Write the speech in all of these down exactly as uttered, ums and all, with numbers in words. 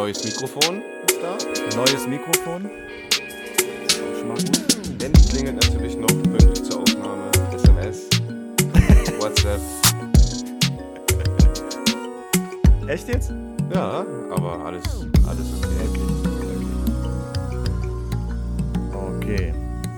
neues Mikrofon ist da. Neues Mikrofon. Ist auch schon mal gut. Handy klingelt natürlich noch pünktlich zur Aufnahme. S M S, WhatsApp. Echt jetzt? Ja, aber alles, alles okay. Okay.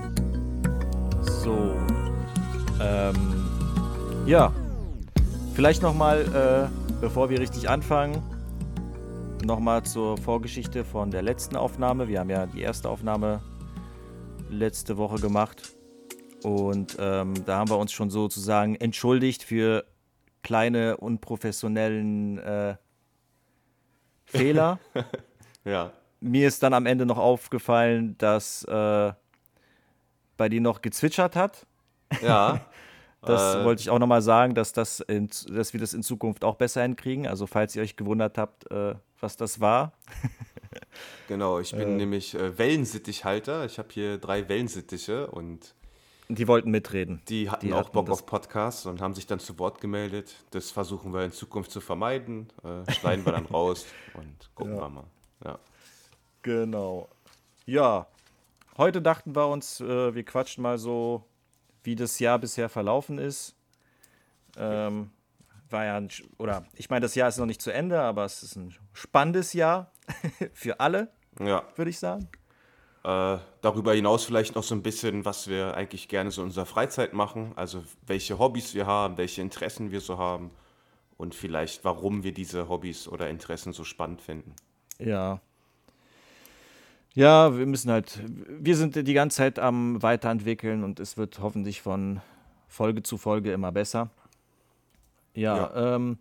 So. Ähm. Ja. Vielleicht nochmal, äh, bevor wir richtig anfangen, nochmal zur Vorgeschichte von der letzten Aufnahme. Wir haben ja die erste Aufnahme letzte Woche gemacht. Und ähm, da haben wir uns schon sozusagen entschuldigt für kleine, unprofessionellen äh, Fehler. Ja. Mir ist dann am Ende noch aufgefallen, dass äh, bei dir noch gezwitschert hat. Ja. Das äh, wollte ich auch nochmal sagen, dass, das in, dass wir das in Zukunft auch besser hinkriegen. Also falls ihr euch gewundert habt, äh, was das war. Genau, ich bin Äh. nämlich äh, Wellensittichhalter. Ich habe hier drei Wellensittiche und Die wollten mitreden. die hatten Die auch hatten Bock das- auf Podcasts und haben sich dann zu Wort gemeldet. Das versuchen wir in Zukunft zu vermeiden. Äh, schneiden wir dann raus und gucken Ja. wir mal. Ja. Genau. Ja, heute dachten wir uns, äh, wir quatschen mal so, wie das Jahr bisher verlaufen ist. Ähm, war ja ein, Sch- oder ich meine, das Jahr ist noch nicht zu Ende, aber es ist ein spannendes Jahr für alle, Ja. würde ich sagen. Äh, darüber hinaus vielleicht noch so ein bisschen, was wir eigentlich gerne so in unserer Freizeit machen, also welche Hobbys wir haben, welche Interessen wir so haben und vielleicht warum wir diese Hobbys oder Interessen so spannend finden. Ja. Ja, wir müssen halt, wir sind die ganze Zeit am Weiterentwickeln und es wird hoffentlich von Folge zu Folge immer besser. Ja, Ja. ähm,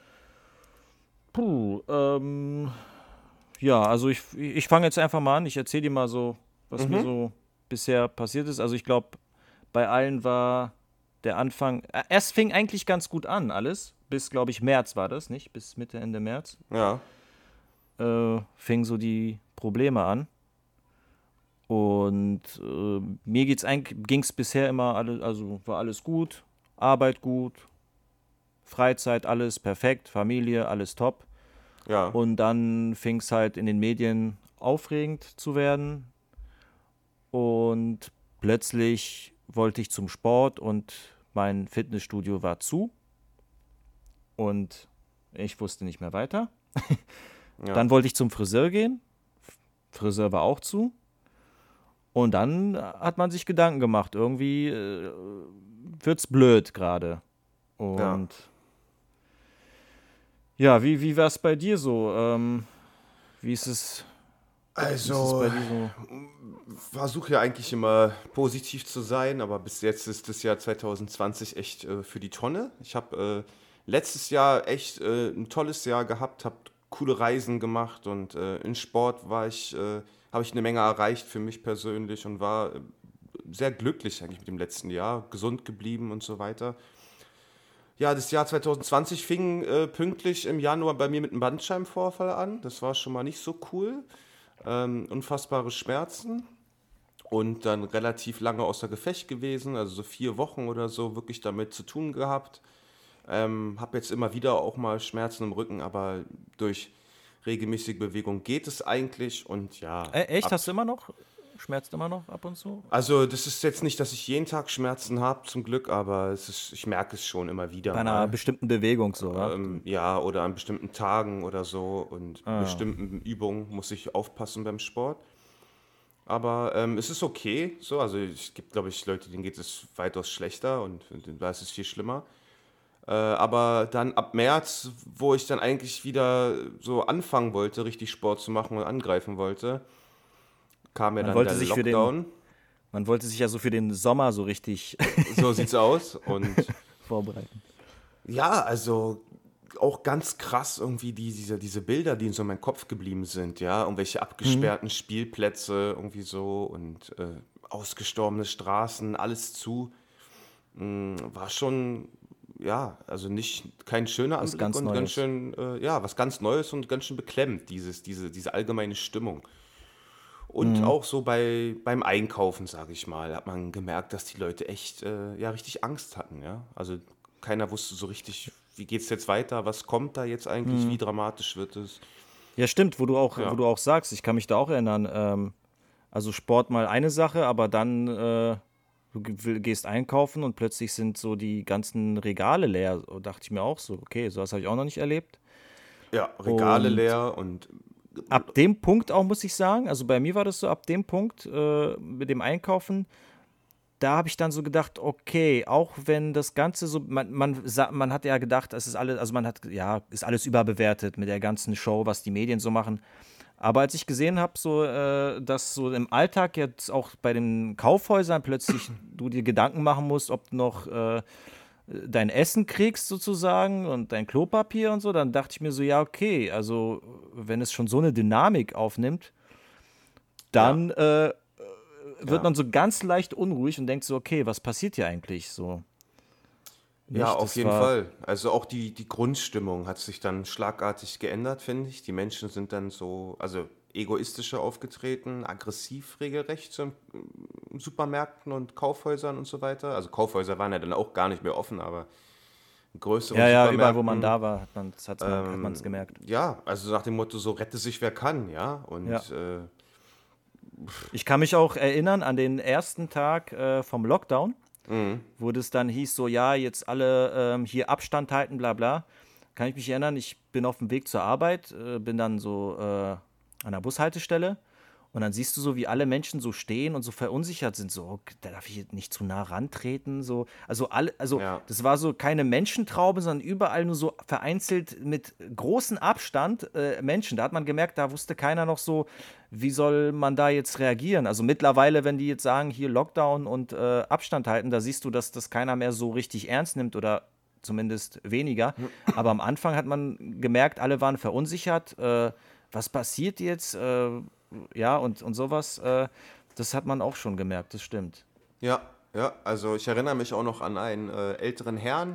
puh, ähm, ja, also ich, ich fange jetzt einfach mal an. Ich erzähle dir mal so, was mir so bisher passiert ist. Also ich glaube, bei allen war der Anfang, äh, es fing eigentlich ganz gut an, alles. Bis, glaube ich, März war das, nicht? Bis Mitte, Ende März Ja, äh, fingen so die Probleme an. Und äh, mir geht's eigentlich, ging's bisher immer alle, also war alles gut, Arbeit gut, Freizeit alles perfekt, Familie alles top. ja, Und dann fing es halt in den Medien aufregend zu werden. Und plötzlich wollte ich zum Sport und mein Fitnessstudio war zu. Und ich wusste nicht mehr weiter. ja. Dann wollte ich zum Friseur gehen. Friseur war auch zu. Und dann hat man sich Gedanken gemacht. Irgendwie äh, wird's blöd gerade. Und ja, wie, wie war es bei dir so? Ähm, wie ist es, wie ist es Also, bei dir so? versuche ja eigentlich immer positiv zu sein, aber bis jetzt ist das Jahr zwanzig zwanzig echt äh, für die Tonne. Ich habe äh, letztes Jahr echt äh, ein tolles Jahr gehabt, habe coole Reisen gemacht und äh, in Sport war ich, äh, habe ich eine Menge erreicht für mich persönlich und war äh, sehr glücklich eigentlich mit dem letzten Jahr, gesund geblieben und so weiter. Ja, das Jahr zwanzig zwanzig fing äh, pünktlich im Januar bei mir mit einem Bandscheibenvorfall an. Das war schon mal nicht so cool. Ähm, unfassbare Schmerzen und dann relativ lange außer Gefecht gewesen, also so vier Wochen oder so wirklich damit zu tun gehabt. Ähm, habe jetzt immer wieder auch mal Schmerzen im Rücken, aber durch regelmäßige Bewegung geht es eigentlich und ja. Äh, echt? ab- Hast du immer noch? Schmerzt immer noch ab und zu? Also das ist jetzt nicht, dass ich jeden Tag Schmerzen habe, zum Glück, aber es ist, ich merke es schon immer wieder Bei einer mal. bestimmten Bewegung so, ja? Ähm, ja, oder an bestimmten Tagen oder so und Ah. bestimmten Übungen muss ich aufpassen beim Sport. Aber ähm, es ist okay, so, also es gibt, glaube ich, Leute, denen geht es weitaus schlechter und, und da ist es viel schlimmer. Äh, aber dann ab März, wo ich dann eigentlich wieder so anfangen wollte, richtig Sport zu machen und angreifen wollte, kam ja Man dann wollte der sich für den, Lockdown. man wollte sich ja so für den Sommer so richtig So sieht's aus. Und vorbereiten. ja, also auch ganz krass irgendwie die, diese, diese Bilder, die in so meinem Kopf geblieben sind, ja, irgendwelche abgesperrten Spielplätze irgendwie so und äh, ausgestorbene Straßen, alles zu, mm, war schon, ja, also nicht kein schöner Was Anblick ganz und ganz Neues. schön, äh, ja, was ganz Neues und ganz schön beklemmend, dieses, diese, diese allgemeine Stimmung. Und auch so bei, beim Einkaufen, sage ich mal, hat man gemerkt, dass die Leute echt, äh, ja, richtig Angst hatten, ja. Also keiner wusste so richtig, wie geht's jetzt weiter, was kommt da jetzt eigentlich, wie dramatisch wird es. Ja, stimmt, wo du auch, wo Ja, du auch sagst, ich kann mich da auch erinnern, ähm, also Sport mal eine Sache, aber dann äh, du ge- will- gehst einkaufen und plötzlich sind so die ganzen Regale leer. So, dachte ich mir auch so, okay, sowas habe ich auch noch nicht erlebt. ja, Regale Und leer und ab dem Punkt auch, muss ich sagen, also bei mir war das so, ab dem Punkt äh, mit dem Einkaufen, da habe ich dann so gedacht, okay, auch wenn das Ganze so, man, man, sa- man hat ja gedacht, es ist alles, also man hat, ja, ist alles überbewertet mit der ganzen Show, was die Medien so machen. Aber als ich gesehen habe, so, äh, dass so im Alltag jetzt auch bei den Kaufhäusern plötzlich du dir Gedanken machen musst, ob du noch äh, dein Essen kriegst sozusagen und dein Klopapier und so, dann dachte ich mir so, ja, okay, also wenn es schon so eine Dynamik aufnimmt, ja, dann äh, wird ja. man so ganz leicht unruhig und denkt so, okay, was passiert hier eigentlich so? Ja, Nicht? auf Das jeden war, Fall. Also auch die, die Grundstimmung hat sich dann schlagartig geändert, finde ich. Die Menschen sind dann so, also egoistischer aufgetreten, aggressiv regelrecht so in Supermärkten und Kaufhäusern und so weiter. Also Kaufhäuser waren ja dann auch gar nicht mehr offen, aber in größeren ja, ja, überall, wo man Supermärkten, da war, hat man es hat's man, hat man es gemerkt. ja, also nach dem Motto, so rette sich wer kann, ja. Ja. Und äh, Ich kann mich auch erinnern an den ersten Tag äh, vom Lockdown, mhm, wo das dann hieß, so, ja, jetzt alle ähm, hier Abstand halten, bla bla. Kann ich mich erinnern, ich bin auf dem Weg zur Arbeit, äh, bin dann so äh, an der Bushaltestelle und dann siehst du so, wie alle Menschen so stehen und so verunsichert sind, so, okay, da darf ich jetzt nicht zu nah rantreten, so. Also alle, also ja, das war so keine Menschentraube, sondern überall nur so vereinzelt mit großem Abstand äh, Menschen. Da hat man gemerkt, da wusste keiner noch so, wie soll man da jetzt reagieren. Also mittlerweile, wenn die jetzt sagen, hier Lockdown und äh, Abstand halten, da siehst du, dass das keiner mehr so richtig ernst nimmt oder zumindest weniger. Aber am Anfang hat man gemerkt, alle waren verunsichert. Äh, was passiert jetzt? Äh, ja, und, und sowas. Äh, das hat man auch schon gemerkt, das stimmt. ja, ja. Also ich erinnere mich auch noch an einen äh, älteren Herrn,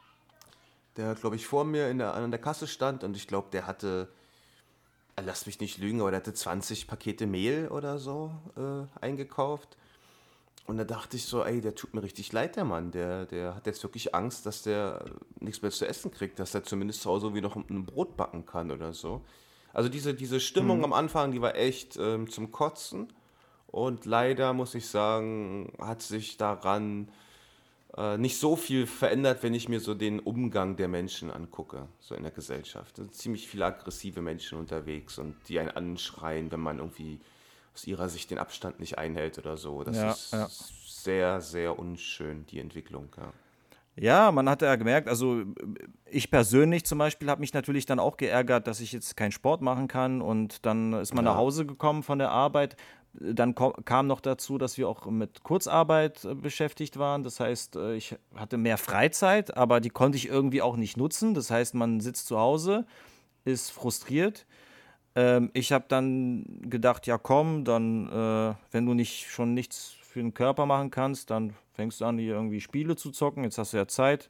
der, glaube ich, vor mir in der, an der Kasse stand und ich glaube, der hatte, äh, lass mich nicht lügen, aber der hatte zwanzig Pakete Mehl oder so äh, eingekauft. Und da dachte ich so, ey, der tut mir richtig leid, der Mann. Der, der hat jetzt wirklich Angst, dass der äh, nichts mehr zu essen kriegt, dass er zumindest zu Hause irgendwie noch ein Brot backen kann oder so. Also diese, diese Stimmung Mhm. am Anfang, die war echt ähm, zum Kotzen. Und leider muss ich sagen, hat sich daran äh, nicht so viel verändert, wenn ich mir so den Umgang der Menschen angucke, so in der Gesellschaft. Da sind ziemlich viele aggressive Menschen unterwegs und die einen anschreien, wenn man irgendwie aus ihrer Sicht den Abstand nicht einhält oder so. Das Ja, ja. ist sehr, sehr unschön, die Entwicklung, ja. Ja, man hat ja gemerkt, also ich persönlich zum Beispiel habe mich natürlich dann auch geärgert, dass ich jetzt keinen Sport machen kann und dann ist man nach Ja, Hause gekommen von der Arbeit. Dann ko- kam noch dazu, dass wir auch mit Kurzarbeit äh, beschäftigt waren. Das heißt, äh, ich hatte mehr Freizeit, aber die konnte ich irgendwie auch nicht nutzen. Das heißt, man sitzt zu Hause, ist frustriert. Ähm, ich habe dann gedacht, ja komm, dann, äh, wenn du nicht schon nichts für den Körper machen kannst, dann fängst du an, hier irgendwie Spiele zu zocken. Jetzt hast du ja Zeit.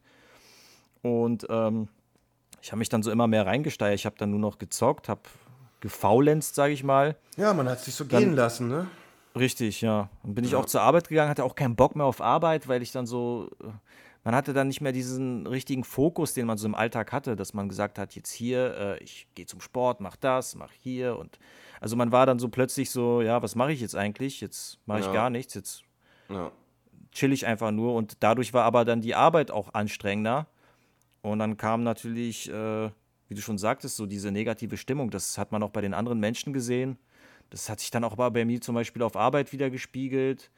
Und ähm, ich habe mich dann so immer mehr reingesteigert. Ich habe dann nur noch gezockt, habe gefaulenzt, sage ich mal. ja, man hat sich so Dann, gehen lassen, ne? richtig, ja. Dann bin ich auch Ja, zur Arbeit gegangen, hatte auch keinen Bock mehr auf Arbeit, weil ich dann so, äh, man hatte dann nicht mehr diesen richtigen Fokus, den man so im Alltag hatte, dass man gesagt hat, jetzt hier, äh, ich gehe zum Sport, mach das, mach hier und also man war dann so plötzlich so, ja, was mache ich jetzt eigentlich? Jetzt mache ich ja, gar nichts, jetzt ja, chill ich einfach nur und dadurch war aber dann die Arbeit auch anstrengender und dann kam natürlich, äh, wie du schon sagtest, so diese negative Stimmung, das hat man auch bei den anderen Menschen gesehen. Das hat sich dann auch bei mir zum Beispiel auf Arbeit wieder gespiegelt.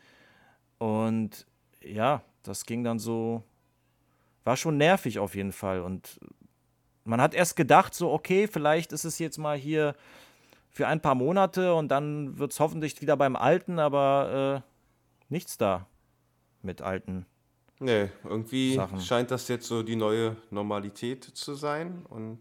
Und ja, das ging dann so, war schon nervig auf jeden Fall. Und man hat erst gedacht, so, okay, vielleicht ist es jetzt mal hier für ein paar Monate und dann wird es hoffentlich wieder beim Alten, aber äh, nichts da mit alten nee, irgendwie Sachen. scheint das jetzt so die neue Normalität zu sein. Und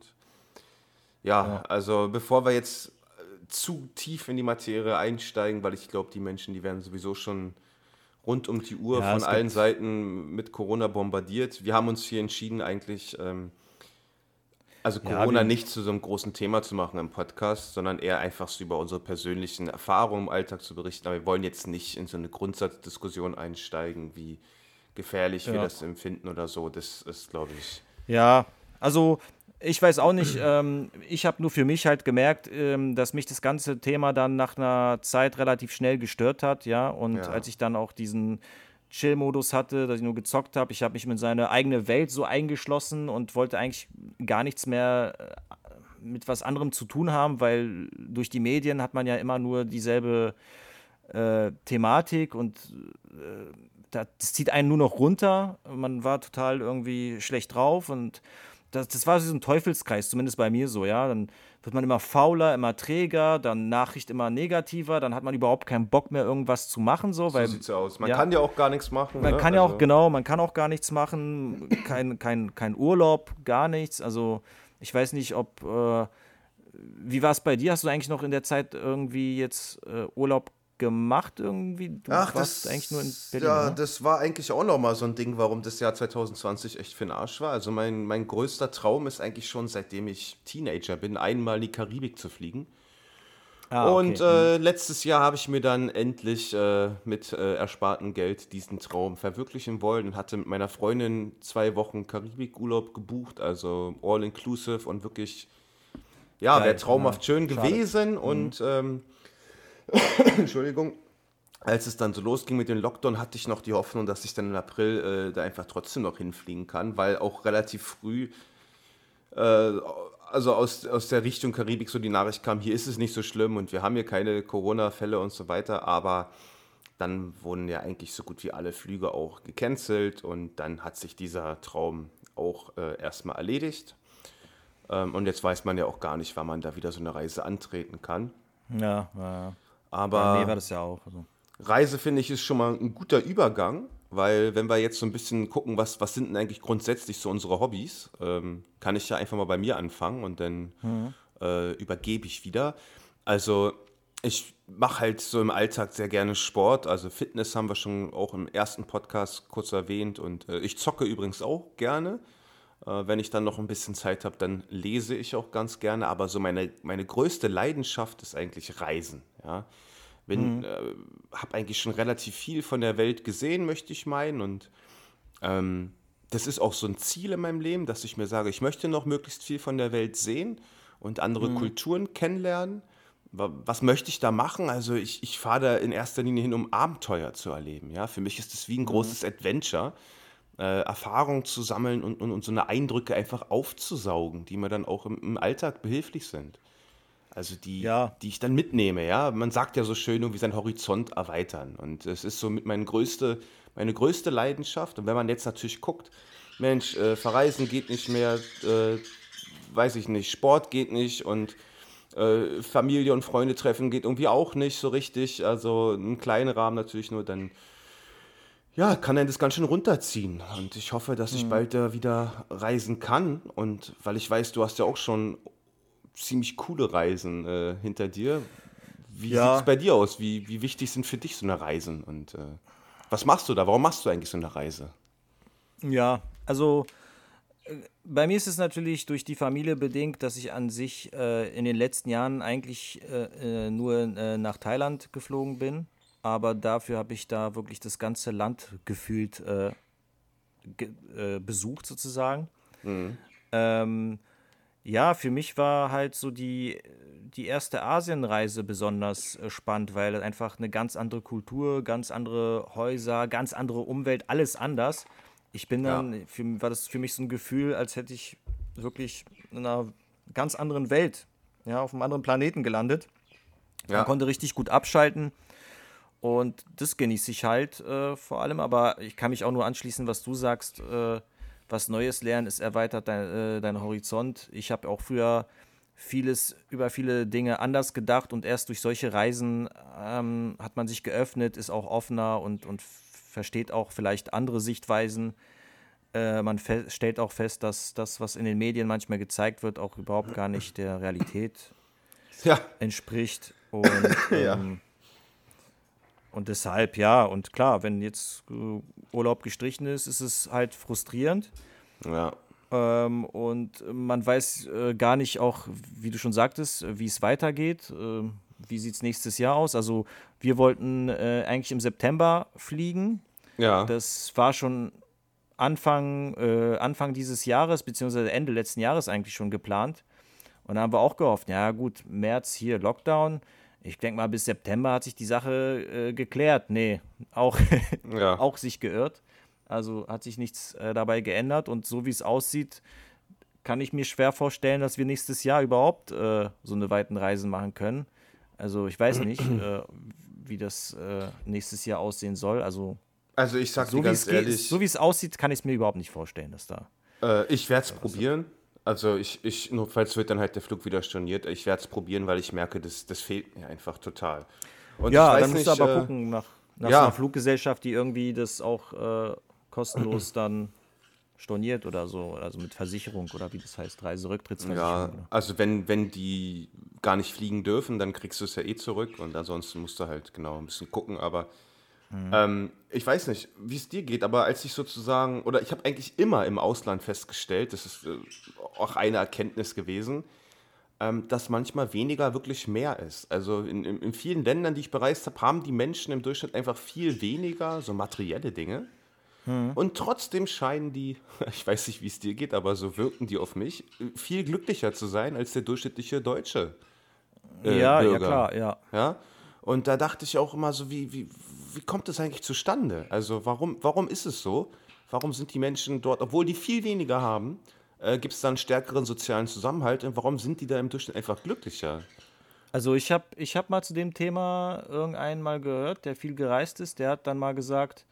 ja, Ja, also bevor wir jetzt äh, zu tief in die Materie einsteigen, weil ich glaube, die Menschen, die werden sowieso schon rund um die Uhr ja von es allen gibt, Seiten mit Corona bombardiert. Wir haben uns hier entschieden, eigentlich, ähm, also ja, Corona wir, nicht zu so einem großen Thema zu machen im Podcast, sondern eher einfach so über unsere persönlichen Erfahrungen im Alltag zu berichten. Aber wir wollen jetzt nicht in so eine Grundsatzdiskussion einsteigen, wie gefährlich wir ja. das empfinden oder so. Das ist, glaube ich, Ja, also Ich weiß auch nicht, ähm, ich habe nur für mich halt gemerkt, ähm, dass mich das ganze Thema dann nach einer Zeit relativ schnell gestört hat, ja. Und Ja. als ich dann auch diesen Chill-Modus hatte, dass ich nur gezockt habe, ich habe mich mit seiner eigene Welt so eingeschlossen und wollte eigentlich gar nichts mehr äh, mit was anderem zu tun haben, weil durch die Medien hat man ja immer nur dieselbe äh, Thematik und äh, das zieht einen nur noch runter. Man war total irgendwie schlecht drauf und das, das war so ein Teufelskreis, zumindest bei mir so, ja. Dann wird man immer fauler, immer träger, dann Nachricht immer negativer, dann hat man überhaupt keinen Bock mehr, irgendwas zu machen, so, So weil, sieht's aus. Man ja, kann ja auch gar nichts machen. man Ne? kann ja auch, Also, genau, man kann auch gar nichts machen, kein, kein, kein Urlaub, gar nichts. Also, ich weiß nicht, ob, äh, wie war es bei dir? Hast du eigentlich noch in der Zeit irgendwie jetzt äh, Urlaub gemacht irgendwie? Du ach, warst eigentlich nur in das, Berlin, ja, oder? das war eigentlich auch nochmal so ein Ding, warum das Jahr zwanzig zwanzig echt für den Arsch war. Also mein, mein größter Traum ist eigentlich schon, seitdem ich Teenager bin, einmal in die Karibik zu fliegen. Ah, Und okay. Mhm. äh, letztes Jahr habe ich mir dann endlich äh, mit äh, erspartem Geld diesen Traum verwirklichen wollen und hatte mit meiner Freundin zwei Wochen Karibikurlaub gebucht, also all inclusive und wirklich, ja, wäre Geil, ja, traumhaft schön schade. gewesen. Mhm. Und ähm, Entschuldigung, als es dann so losging mit dem Lockdown, hatte ich noch die Hoffnung, dass ich dann im April äh, da einfach trotzdem noch hinfliegen kann, weil auch relativ früh, äh, also aus, aus der Richtung Karibik so die Nachricht kam, hier ist es nicht so schlimm und wir haben hier keine Corona-Fälle und so weiter, aber dann wurden ja eigentlich so gut wie alle Flüge auch gecancelt und dann hat sich dieser Traum auch äh, erstmal erledigt. Ähm, und jetzt weiß man ja auch gar nicht, wann man da wieder so eine Reise antreten kann. Ja, ja. Bei mir war Aber das ja auch. Also. Reise finde ich ist schon mal ein guter Übergang, weil wenn wir jetzt so ein bisschen gucken, was, was sind denn eigentlich grundsätzlich so unsere Hobbys, ähm, kann ich ja einfach mal bei mir anfangen und dann Mhm. äh, übergebe ich wieder. Also ich mache halt so im Alltag sehr gerne Sport, also Fitness haben wir schon auch im ersten Podcast kurz erwähnt und äh, ich zocke übrigens auch gerne. Äh, wenn ich dann noch ein bisschen Zeit habe, dann lese ich auch ganz gerne, aber so meine, meine größte Leidenschaft ist eigentlich Reisen, ja. Bin, Mhm. äh, habe eigentlich schon relativ viel von der Welt gesehen, möchte ich meinen. Und ähm, das ist auch so ein Ziel in meinem Leben, dass ich mir sage, ich möchte noch möglichst viel von der Welt sehen und andere Mhm. Kulturen kennenlernen. Wa- Was möchte ich da machen? Also ich, ich fahre da in erster Linie hin, um Abenteuer zu erleben. Ja? Für mich ist es wie ein Mhm. großes Adventure, äh, Erfahrungen zu sammeln und, und, und so eine Eindrücke einfach aufzusaugen, die mir dann auch im, im Alltag behilflich sind. Also die, Ja, die ich dann mitnehme, ja. Man sagt ja so schön, irgendwie seinen Horizont erweitern. Und es ist so mit meine größte, meine größte Leidenschaft. Und wenn man jetzt natürlich guckt, Mensch, äh, verreisen geht nicht mehr, äh, weiß ich nicht, Sport geht nicht und äh, Familie und Freunde treffen geht irgendwie auch nicht so richtig. Also im kleinen Rahmen natürlich nur, dann ja, kann einen das ganz schön runterziehen. Und ich hoffe, dass ich mhm. bald da wieder reisen kann. Und weil ich weiß, du hast ja auch schon ziemlich coole Reisen äh, hinter dir. Wie sieht es Ja, bei dir aus? Wie, wie wichtig sind für dich so eine Reisen? Und äh, was machst du da? Warum machst du eigentlich so eine Reise? ja. Also bei mir ist es natürlich durch die Familie bedingt, dass ich an sich äh, in den letzten Jahren eigentlich äh, äh, nur äh, nach Thailand geflogen bin. Aber dafür habe ich da wirklich das ganze Land gefühlt äh, ge äh, besucht sozusagen. Mhm. Ähm, Ja, für mich war halt so die, die erste Asienreise besonders äh, spannend, weil einfach eine ganz andere Kultur, ganz andere Häuser, ganz andere Umwelt, alles anders. Ich bin Ja, dann, für, war das für mich so ein Gefühl, als hätte ich wirklich in einer ganz anderen Welt, ja, auf einem anderen Planeten gelandet. Man ja, konnte richtig gut abschalten und das genieße ich halt äh, vor allem, aber ich kann mich auch nur anschließen, was du sagst. Äh, was Neues lernen, es erweitert dein, äh, deinen Horizont. Ich habe auch früher vieles über viele Dinge anders gedacht und erst durch solche Reisen ähm, hat man sich geöffnet, ist auch offener und, und versteht auch vielleicht andere Sichtweisen. Äh, man fe- stellt auch fest, dass das, was in den Medien manchmal gezeigt wird, auch überhaupt gar nicht der Realität ja, entspricht. Und ja, ähm, und deshalb, ja, und klar, wenn jetzt äh, Urlaub gestrichen ist, ist es halt frustrierend. ja, Ähm, und man weiß äh, gar nicht auch, wie du schon sagtest, äh, wie es weitergeht. Ähm, wie sieht es nächstes Jahr aus? Also wir wollten äh, eigentlich im September fliegen. ja, Das war schon Anfang, äh, Anfang dieses Jahres, beziehungsweise Ende letzten Jahres eigentlich schon geplant. Und da haben wir auch gehofft, ja gut, März hier Lockdown. Ich denke mal, bis September hat sich die Sache äh, geklärt. Nee, auch, Ja. auch sich geirrt. Also hat sich nichts äh, dabei geändert. Und so wie es aussieht, kann ich mir schwer vorstellen, dass wir nächstes Jahr überhaupt äh, so eine weiten Reisen machen können. Also ich weiß nicht, äh, wie das äh, nächstes Jahr aussehen soll. Also Also ich sag dir so wie es ganz geht, so ehrlich, wie es aussieht, kann ich es mir überhaupt nicht vorstellen, dass da. äh, ich werde es probieren. Also ich, ich, notfalls wird dann halt der Flug wieder storniert. Ich werde es probieren, weil ich merke, das, das fehlt mir einfach total. Und ich Ja, dann weiß musst du nicht, aber äh, gucken nach, nach so einer ja, Fluggesellschaft, die irgendwie das auch äh, kostenlos dann storniert oder so, also mit Versicherung oder wie das heißt, Reiserücktrittsversicherung. ja, Oder? also wenn, wenn die gar nicht fliegen dürfen, dann kriegst du es ja eh zurück und ansonsten musst du halt genau ein bisschen gucken, aber ähm, ich weiß nicht, wie es dir geht, aber als ich sozusagen, oder ich habe eigentlich immer im Ausland festgestellt, das ist äh, auch eine Erkenntnis gewesen, ähm, dass manchmal weniger wirklich mehr ist. Also in, in, in vielen Ländern, die ich bereist habe, haben die Menschen im Durchschnitt einfach viel weniger so materielle Dinge. Und trotzdem scheinen die, ich weiß nicht, wie es dir geht, aber so wirken die auf mich, viel glücklicher zu sein als der durchschnittliche deutsche äh, Ja, ja Bürger. klar, ja. Ja? Und da dachte ich auch immer so, wie, wie, wie kommt das eigentlich zustande? Also warum, warum ist es so? Warum sind die Menschen dort, obwohl die viel weniger haben, äh, gibt es da einen stärkeren sozialen Zusammenhalt? Und warum sind die da im Durchschnitt einfach glücklicher? Also ich habe ich hab mal zu dem Thema irgendeinen mal gehört, der viel gereist ist, der hat dann mal gesagt,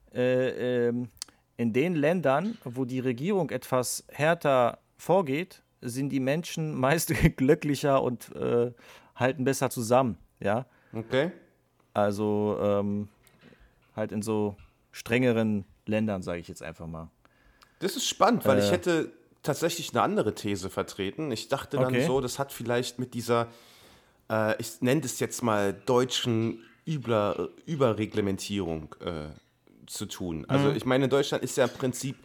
äh, ähm, in den Ländern, wo die Regierung etwas härter vorgeht, sind die Menschen meist glücklicher und äh, halten besser zusammen, ja. Okay? Also ähm, halt in so strengeren Ländern, sage ich jetzt einfach mal. Das ist spannend, weil ich Äh, hätte tatsächlich eine andere These vertreten. Ich dachte dann okay. so, das hat vielleicht mit dieser, äh, ich nenne es jetzt mal deutschen Über, Überreglementierung äh, zu tun. Also Mhm. ich meine, Deutschland ist ja im Prinzip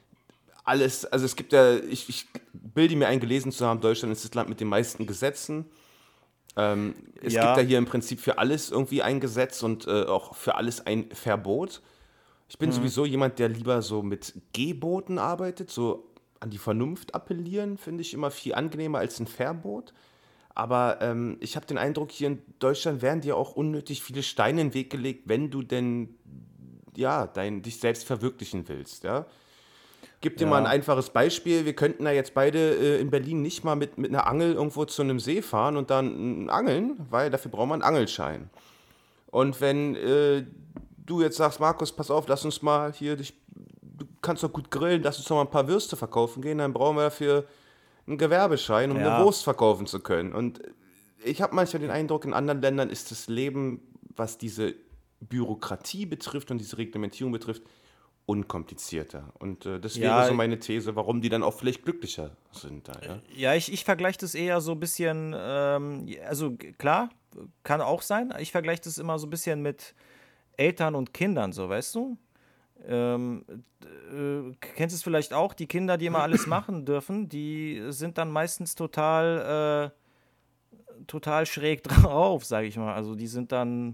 alles, also es gibt ja, ich, ich bilde mir ein, gelesen zu haben, Deutschland ist das Land mit den meisten Gesetzen. Ähm, es gibt ja Ja. hier im Prinzip für alles irgendwie ein Gesetz und äh, auch für alles ein Verbot. Ich bin Mhm. sowieso jemand, der lieber so mit Geboten arbeitet, so an die Vernunft appellieren, finde ich immer viel angenehmer als ein Verbot. Aber ähm, ich habe den Eindruck, hier in Deutschland werden dir auch unnötig viele Steine in den Weg gelegt, wenn du denn ja, dein, dich selbst verwirklichen willst. Ja? Gib dir mal ein Ja. einfaches Beispiel. Wir könnten da jetzt beide äh, in Berlin nicht mal mit, mit einer Angel irgendwo zu einem See fahren und dann äh, angeln, weil dafür braucht man einen Angelschein. Und wenn äh, du jetzt sagst, Markus, pass auf, lass uns mal hier, dich, du kannst doch gut grillen, lass uns doch mal ein paar Würste verkaufen gehen, dann brauchen wir dafür einen Gewerbeschein, um eine Ja. Wurst verkaufen zu können. Und ich habe manchmal den Eindruck, in anderen Ländern ist das Leben, was diese Bürokratie betrifft und diese Reglementierung betrifft, unkomplizierter. Und äh, das wäre so Ja, meine These, warum die dann auch vielleicht glücklicher sind da, ja. ja, ich, ich vergleiche das eher so ein bisschen, ähm, also g- klar, kann auch sein. Ich vergleiche das immer so ein bisschen mit Eltern und Kindern, so, weißt du? Ähm, d- äh, kennst du es vielleicht auch, die Kinder, die immer alles machen dürfen, die sind dann meistens total, äh, total schräg drauf, sage ich mal. Also die sind dann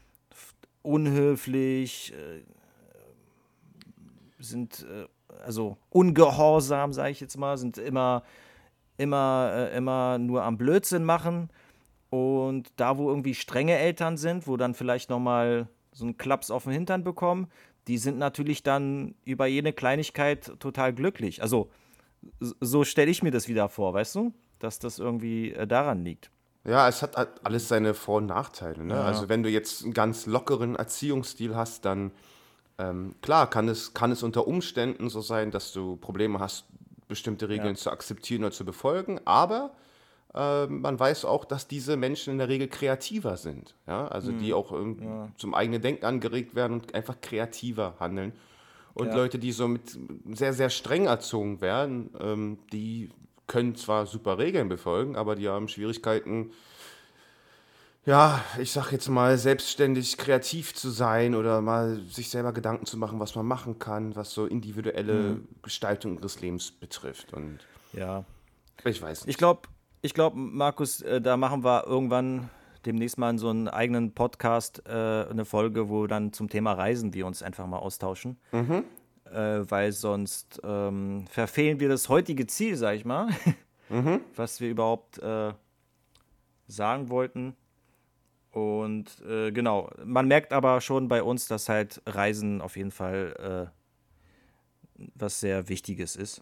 unhöflich, äh, sind äh, also ungehorsam, sage ich jetzt mal, sind immer, immer, äh, immer nur am Blödsinn machen. Und da, wo irgendwie strenge Eltern sind, wo dann vielleicht nochmal so einen Klaps auf den Hintern bekommen, die sind natürlich dann über jede Kleinigkeit total glücklich. Also s- so stelle ich mir das wieder vor, weißt du? Dass das irgendwie äh, daran liegt. Ja, es hat halt alles seine Vor- und Nachteile, ne? Ja, Also wenn du jetzt einen ganz lockeren Erziehungsstil hast, dann ähm, klar kann es, kann es unter Umständen so sein, dass du Probleme hast, bestimmte Regeln ja, zu akzeptieren oder zu befolgen, aber äh, man weiß auch, dass diese Menschen in der Regel kreativer sind, ja? Also die hm, auch ähm, ja, zum eigenen Denken angeregt werden und einfach kreativer handeln. Und ja, Leute, die so mit sehr, sehr streng erzogen werden, ähm, die können zwar super Regeln befolgen, aber die haben Schwierigkeiten, ja, ich sag jetzt mal, selbstständig kreativ zu sein oder mal sich selber Gedanken zu machen, was man machen kann, was so hm, individuelle Gestaltung ihres Lebens betrifft. Und ja. ich weiß Ich nicht. glaube, ich glaube, Markus, äh, da machen wir irgendwann demnächst mal in so einen eigenen Podcast äh, eine Folge, wo dann zum Thema Reisen wir uns einfach mal austauschen. äh, weil sonst ähm, verfehlen wir das heutige Ziel, sag ich mal, Mhm. was wir überhaupt äh, sagen wollten. Und äh, genau, man merkt aber schon bei uns, dass halt Reisen auf jeden Fall äh, was sehr Wichtiges ist.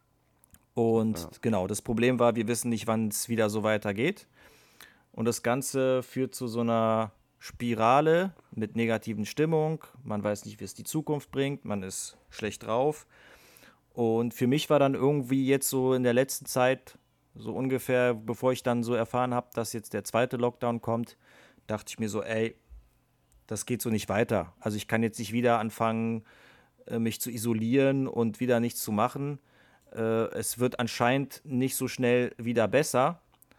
Und Ja. genau, das Problem war, wir wissen nicht, wann es wieder so weitergeht. Und das Ganze führt zu so einer Spirale mit negativen Stimmung. Man weiß nicht, wie es die Zukunft bringt. Man ist schlecht drauf. Und für mich war dann irgendwie jetzt so in der letzten Zeit, so ungefähr, bevor ich dann so erfahren habe, dass jetzt der zweite Lockdown kommt, dachte ich mir so, ey, das geht so nicht weiter. Also ich kann jetzt nicht wieder anfangen, äh, mich zu isolieren und wieder nichts zu machen. Äh, es wird anscheinend nicht so schnell wieder besser.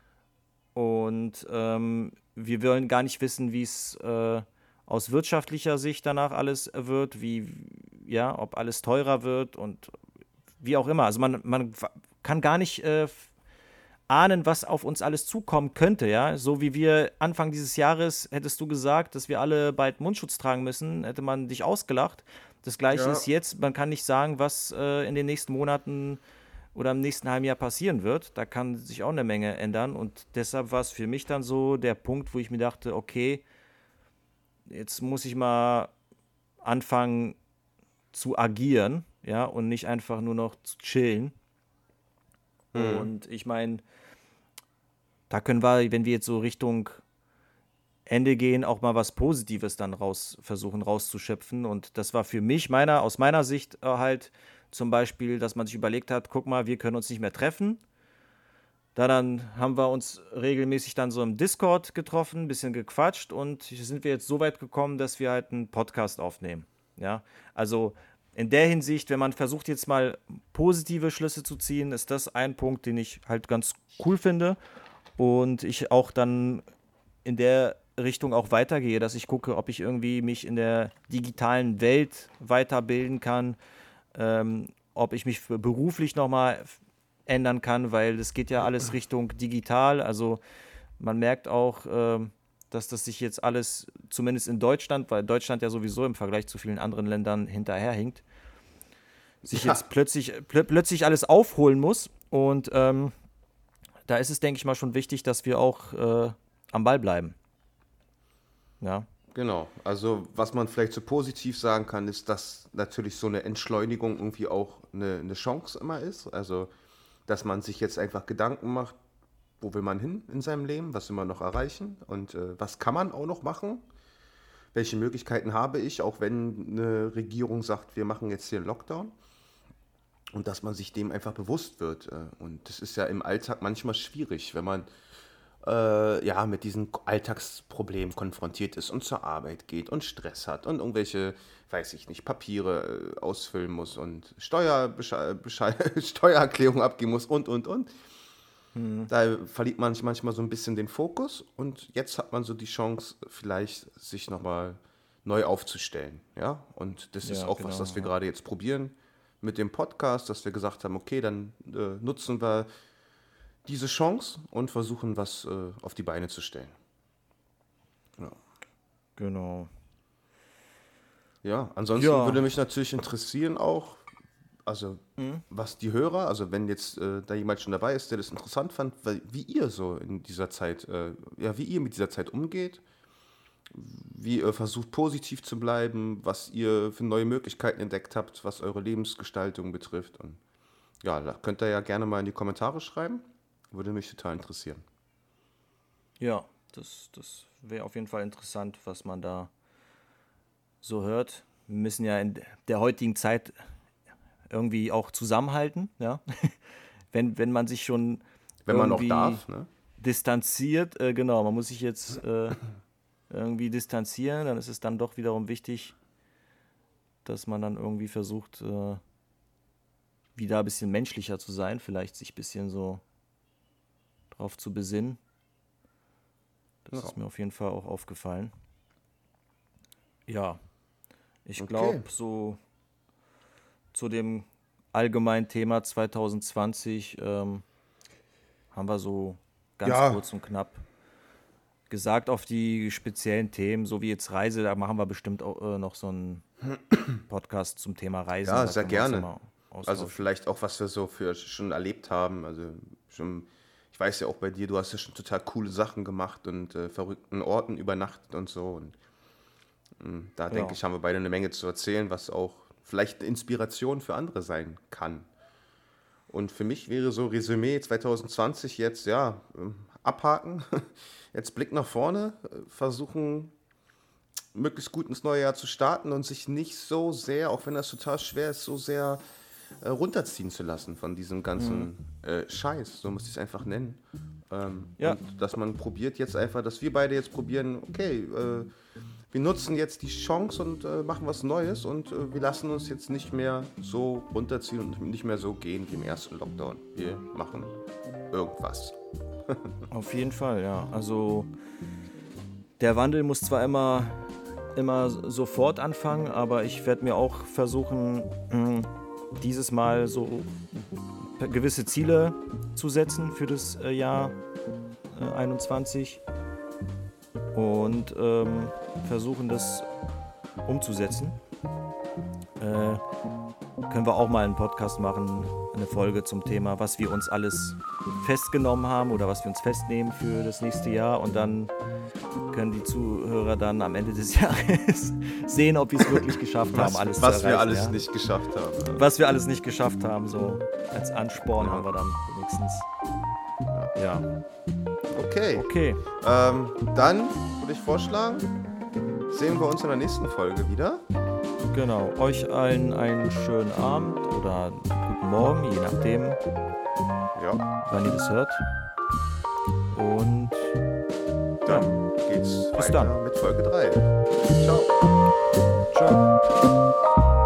Und ähm, wir wollen gar nicht wissen, wie es äh, aus wirtschaftlicher Sicht danach alles wird, wie, ja, ob alles teurer wird und wie auch immer. Also man, man kann gar nicht äh, ahnen, was auf uns alles zukommen könnte, ja. So wie wir Anfang dieses Jahres, hättest du gesagt, dass wir alle bald Mundschutz tragen müssen, hätte man dich ausgelacht. Das Gleiche Ja. ist jetzt, man kann nicht sagen, was äh, in den nächsten Monaten oder im nächsten halben Jahr passieren wird. Da kann sich auch eine Menge ändern und deshalb war es für mich dann so der Punkt, wo ich mir dachte, okay, jetzt muss ich mal anfangen zu agieren, ja, und nicht einfach nur noch zu chillen. Mhm. Und ich meine, da können wir, wenn wir jetzt so Richtung Ende gehen, auch mal was Positives dann raus versuchen rauszuschöpfen. Und das war für mich, meiner, aus meiner Sicht äh, halt zum Beispiel, dass man sich überlegt hat, guck mal, wir können uns nicht mehr treffen. Da dann haben wir uns regelmäßig dann so im Discord getroffen, ein bisschen gequatscht und sind wir jetzt so weit gekommen, dass wir halt einen Podcast aufnehmen. Ja, also in der Hinsicht, wenn man versucht jetzt mal positive Schlüsse zu ziehen, ist das ein Punkt, den ich halt ganz cool finde und ich auch dann in der Richtung auch weitergehe, dass ich gucke, ob ich irgendwie mich in der digitalen Welt weiterbilden kann, ähm, ob ich mich für beruflich nochmal ändern kann, weil es geht ja alles Richtung digital. Also man merkt auch, ähm, dass das sich jetzt alles, zumindest in Deutschland, weil Deutschland ja sowieso im Vergleich zu vielen anderen Ländern hinterherhinkt, sich Ja, jetzt plötzlich, plö plötzlich alles aufholen muss. Und ähm, da ist es, denke ich mal, schon wichtig, dass wir auch äh, am Ball bleiben. Ja, genau. Also was man vielleicht so positiv sagen kann, ist, dass natürlich so eine Entschleunigung irgendwie auch eine, eine Chance immer ist. Also dass man sich jetzt einfach Gedanken macht, wo will man hin in seinem Leben, was will man noch erreichen und äh, was kann man auch noch machen, welche Möglichkeiten habe ich, auch wenn eine Regierung sagt, wir machen jetzt hier einen Lockdown und dass man sich dem einfach bewusst wird. äh, Und das ist ja im Alltag manchmal schwierig, wenn man äh, ja mit diesen Alltagsproblemen konfrontiert ist und zur Arbeit geht und Stress hat und irgendwelche, weiß ich nicht, Papiere äh, ausfüllen muss und Steuerbesche Besche Steuererklärung abgeben muss und und und. hm. Da verliert man manchmal so ein bisschen den Fokus und jetzt hat man so die Chance, vielleicht sich nochmal neu aufzustellen. Ja, und das ist Ja, auch was, genau. was wir Ja. gerade jetzt probieren mit dem Podcast, dass wir gesagt haben, okay, dann äh, nutzen wir diese Chance und versuchen, was äh, auf die Beine zu stellen. Ja. Genau. Ja, ansonsten Ja. würde mich natürlich interessieren auch, also Hm. was die Hörer, also wenn jetzt äh, da jemand schon dabei ist, der das interessant fand, weil, wie ihr so in dieser Zeit, äh, ja, wie ihr mit dieser Zeit umgeht, wie ihr versucht positiv zu bleiben, was ihr für neue Möglichkeiten entdeckt habt, was eure Lebensgestaltung betrifft. Und ja, da könnt ihr ja gerne mal in die Kommentare schreiben. Würde mich total interessieren. Ja, das, das wäre auf jeden Fall interessant, was man da so hört. Wir müssen ja in der heutigen Zeit irgendwie auch zusammenhalten, ja. Wenn, wenn man sich schon Wenn man auch irgendwie darf, ne? distanziert, äh, genau, man muss sich jetzt äh, irgendwie distanzieren, dann ist es dann doch wiederum wichtig, dass man dann irgendwie versucht, äh, wieder ein bisschen menschlicher zu sein, vielleicht sich ein bisschen so drauf zu besinnen. Das Ja. ist mir auf jeden Fall auch aufgefallen. Ja, ich Okay. glaube, so zu dem allgemeinen Thema zwanzig zwanzig ähm, haben wir so ganz Ja, kurz und knapp gesagt auf die speziellen Themen, so wie jetzt Reise, da machen wir bestimmt auch äh, noch so ein Podcast zum Thema Reisen. Ja, da sehr können wir uns gerne. immer Also austauschen. vielleicht auch, was wir so für schon erlebt haben. Also schon, ich weiß ja auch bei dir, du hast ja schon total coole Sachen gemacht und äh, verrückten Orten übernachtet und so. Und mh, da denke Ja. ich, haben wir beide eine Menge zu erzählen, was auch vielleicht eine Inspiration für andere sein kann. Und für mich wäre so Resümee zwanzig zwanzig jetzt, ja, ähm, abhaken, jetzt Blick nach vorne, äh, versuchen möglichst gut ins neue Jahr zu starten und sich nicht so sehr, auch wenn das total schwer ist, so sehr äh, runterziehen zu lassen von diesem ganzen äh, Scheiß, so muss ich es einfach nennen. Ähm, Ja. Und dass man probiert jetzt einfach, dass wir beide jetzt probieren, okay, äh, wir nutzen jetzt die Chance und äh, machen was Neues und äh, wir lassen uns jetzt nicht mehr so runterziehen und nicht mehr so gehen wie im ersten Lockdown. Wir machen irgendwas. Auf jeden Fall, ja. Also der Wandel muss zwar immer, immer sofort anfangen, aber ich werde mir auch versuchen, mh, dieses Mal so gewisse Ziele zu setzen für das äh, Jahr äh, einundzwanzig und ähm, versuchen, das umzusetzen. Äh, können wir auch mal einen Podcast machen, eine Folge zum Thema, was wir uns alles festgenommen haben oder was wir uns festnehmen für das nächste Jahr, und dann können die Zuhörer dann am Ende des Jahres sehen, ob wir es wirklich geschafft haben, Was, alles was zu wir erreichen. alles ja? nicht geschafft haben. Was wir alles nicht geschafft haben, so als Ansporn Ja. haben wir dann wenigstens. Ja, Okay. okay. Ähm, dann würde ich vorschlagen, sehen wir uns in der nächsten Folge wieder. Genau. Euch allen einen schönen Abend oder guten Morgen, je nachdem, Ja, wann ihr das hört. Und dann geht's Bis weiter dann. mit Folge drei. Ciao. ciao.